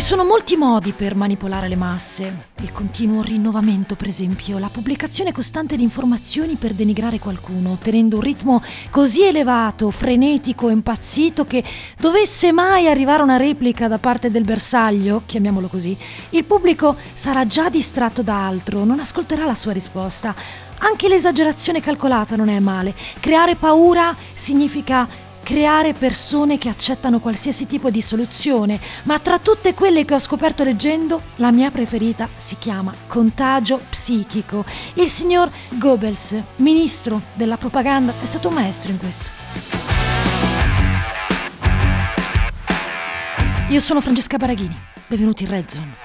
Ci sono molti modi per manipolare le masse. Il continuo rinnovamento, per esempio, la pubblicazione costante di informazioni per denigrare qualcuno, tenendo un ritmo così elevato, frenetico e impazzito che dovesse mai arrivare una replica da parte del bersaglio, chiamiamolo così, il pubblico sarà già distratto da altro, non ascolterà la sua risposta. Anche l'esagerazione calcolata non è male. Creare paura significa creare persone che accettano qualsiasi tipo di soluzione, ma tra tutte quelle che ho scoperto leggendo, la mia preferita si chiama contagio psichico. Il signor Goebbels, ministro della propaganda, è stato un maestro in questo. Io sono Francesca Baraghini, benvenuti in Red Zone.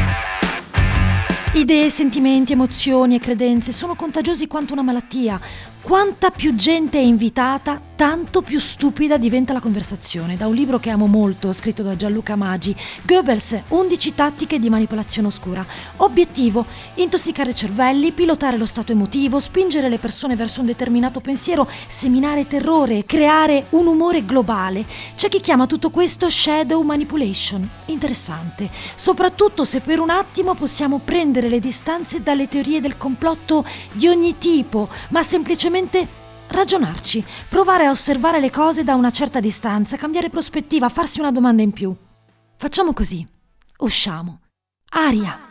Idee, sentimenti, emozioni e credenze sono contagiosi quanto una malattia. Quanta più gente è invitata, tanto più stupida diventa la conversazione. Da un libro che amo molto, scritto da Gianluca Maggi, Goebbels, 11 tattiche di manipolazione oscura. Obiettivo: intossicare cervelli, pilotare lo stato emotivo, spingere le persone verso un determinato pensiero, seminare terrore, creare un umore globale. C'è chi chiama tutto questo shadow manipulation. Interessante, soprattutto se per un attimo possiamo prendere le distanze dalle teorie del complotto di ogni tipo, ma semplicemente ragionarci, provare a osservare le cose da una certa distanza, cambiare prospettiva, farsi una domanda in più. Facciamo così. Usciamo. Aria.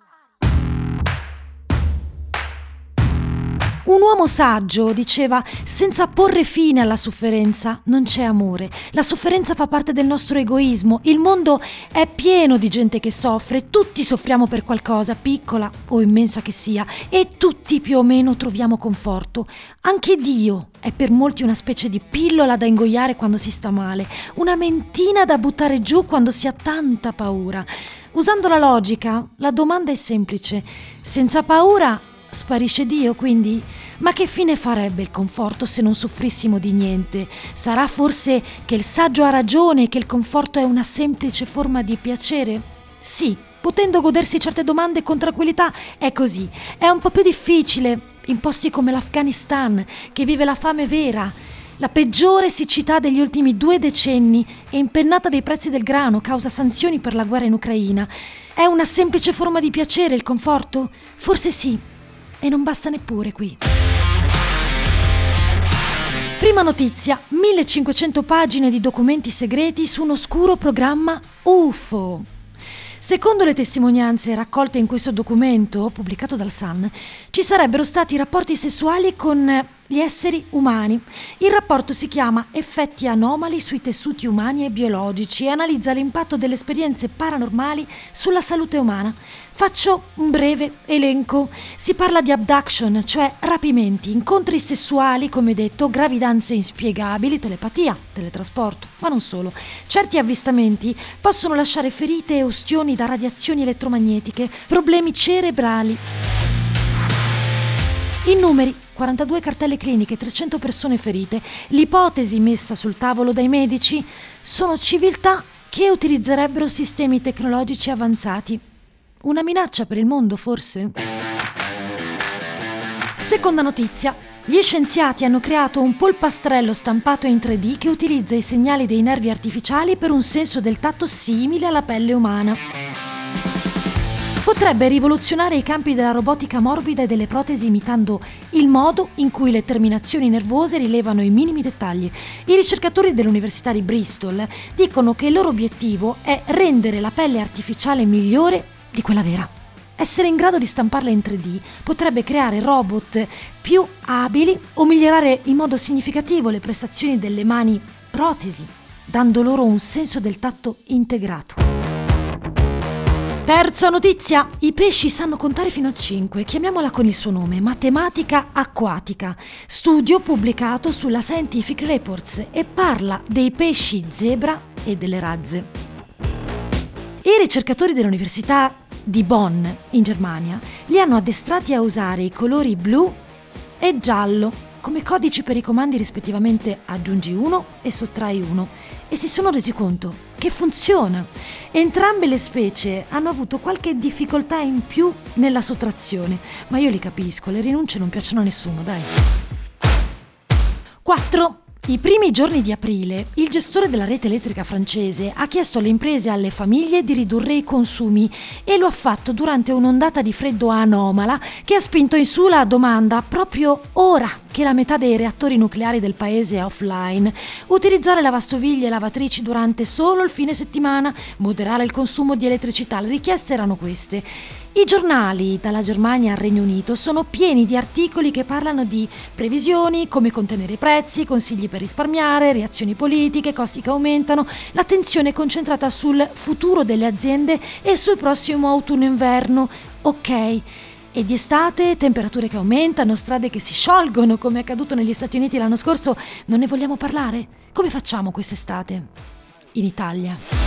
Un uomo saggio diceva: senza porre fine alla sofferenza non c'è amore. La sofferenza fa parte del nostro egoismo. Il mondo è pieno di gente che soffre. Tutti soffriamo per qualcosa, piccola o immensa che sia, e tutti più o meno troviamo conforto. Anche Dio è per molti una specie di pillola da ingoiare quando si sta male, una mentina da buttare giù quando si ha tanta paura. Usando la logica, la domanda è semplice: senza paura sparisce Dio, quindi? Ma che fine farebbe il conforto se non soffrissimo di niente? Sarà forse che il saggio ha ragione e che il conforto è una semplice forma di piacere? Sì, potendo godersi certe domande con tranquillità, è così. È un po' più difficile in posti come l'Afghanistan, che vive la fame vera, la peggiore siccità degli ultimi 2 decenni e impennata dei prezzi del grano causa sanzioni per la guerra in Ucraina. È una semplice forma di piacere il conforto? Forse sì. E non basta neppure qui. Prima notizia: 1500 pagine di documenti segreti su un oscuro programma UFO. Secondo le testimonianze raccolte in questo documento, pubblicato dal Sun, ci sarebbero stati rapporti sessuali con gli esseri umani. Il rapporto si chiama Effetti anomali sui tessuti umani e biologici e analizza l'impatto delle esperienze paranormali sulla salute umana. Faccio un breve elenco. Si parla di abduction, cioè rapimenti, incontri sessuali, come detto, gravidanze inspiegabili, telepatia, teletrasporto, ma non solo. Certi avvistamenti possono lasciare ferite e ustioni da radiazioni elettromagnetiche, problemi cerebrali. In numeri: 42 cartelle cliniche, 300 persone ferite. L'ipotesi messa sul tavolo dai medici: sono civiltà che utilizzerebbero sistemi tecnologici avanzati. Una minaccia per il mondo, forse? Seconda notizia: gli scienziati hanno creato un polpastrello stampato in 3D che utilizza i segnali dei nervi artificiali per un senso del tatto simile alla pelle umana. Potrebbe rivoluzionare i campi della robotica morbida e delle protesi, imitando il modo in cui le terminazioni nervose rilevano i minimi dettagli. I ricercatori dell'Università di Bristol dicono che il loro obiettivo è rendere la pelle artificiale migliore di quella vera. Essere in grado di stamparla in 3D potrebbe creare robot più abili o migliorare in modo significativo le prestazioni delle mani protesi, dando loro un senso del tatto integrato. Terza notizia: i pesci sanno contare fino a 5, chiamiamola con il suo nome, matematica acquatica. Studio pubblicato sulla Scientific Reports e parla dei pesci zebra e delle razze. I ricercatori dell'Università di Bonn, in Germania, li hanno addestrati a usare i colori blu e giallo come codici per i comandi rispettivamente aggiungi 1 e sottrai 1, e si sono resi conto che funziona. Entrambe le specie hanno avuto qualche difficoltà in più nella sottrazione, ma io li capisco, le rinunce non piacciono a nessuno, dai. 4. I primi giorni di aprile, il gestore della rete elettrica francese ha chiesto alle imprese e alle famiglie di ridurre i consumi e lo ha fatto durante un'ondata di freddo anomala che ha spinto in su la domanda proprio ora che la metà dei reattori nucleari del paese è offline. Utilizzare lavastoviglie e lavatrici durante solo il fine settimana, moderare il consumo di elettricità, le richieste erano queste. I giornali, dalla Germania al Regno Unito, sono pieni di articoli che parlano di previsioni, come contenere i prezzi, consigli per risparmiare, reazioni politiche, costi che aumentano. L'attenzione è concentrata sul futuro delle aziende e sul prossimo autunno-inverno. Ok, e di estate, temperature che aumentano, strade che si sciolgono, come è accaduto negli Stati Uniti l'anno scorso, non ne vogliamo parlare? Come facciamo quest'estate? In Italia.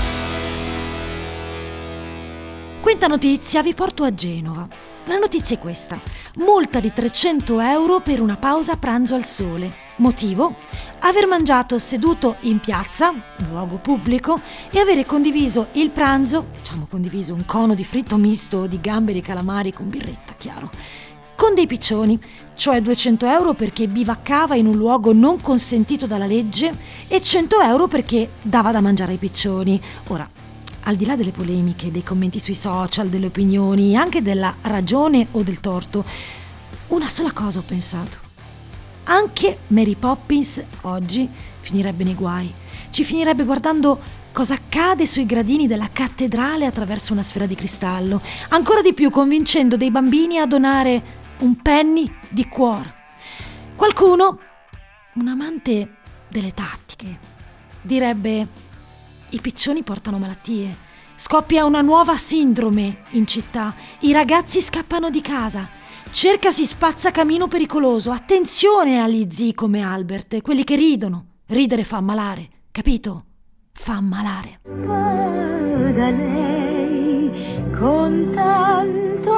Quinta notizia, vi porto a Genova. La notizia è questa: multa di 300 euro per una pausa pranzo al sole. Motivo? Aver mangiato seduto in piazza, luogo pubblico, e avere condiviso il pranzo, condiviso un cono di fritto misto di gamberi e calamari con birretta, chiaro, con dei piccioni, cioè 200 euro perché bivaccava in un luogo non consentito dalla legge e 100 euro perché dava da mangiare ai piccioni. Ora, al di là delle polemiche, dei commenti sui social, delle opinioni, anche della ragione o del torto, una sola cosa ho pensato. Anche Mary Poppins oggi finirebbe nei guai. Ci finirebbe guardando cosa accade sui gradini della cattedrale attraverso una sfera di cristallo, ancora di più convincendo dei bambini a donare un penny di cuore. Qualcuno, un amante delle tattiche, direbbe: i piccioni portano malattie, scoppia una nuova sindrome in città, i ragazzi scappano di casa, cercasi spazzacamino pericoloso, attenzione agli zii come Albert, quelli che ridono, ridere fa ammalare, capito? Fa ammalare. Da lei con tanto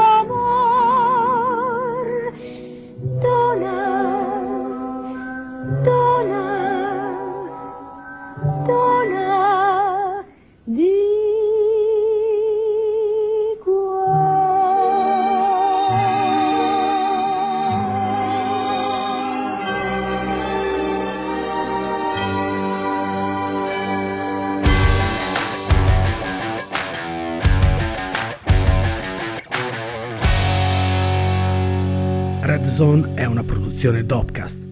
amor, dona di Red Zone è una produzione Dopcast.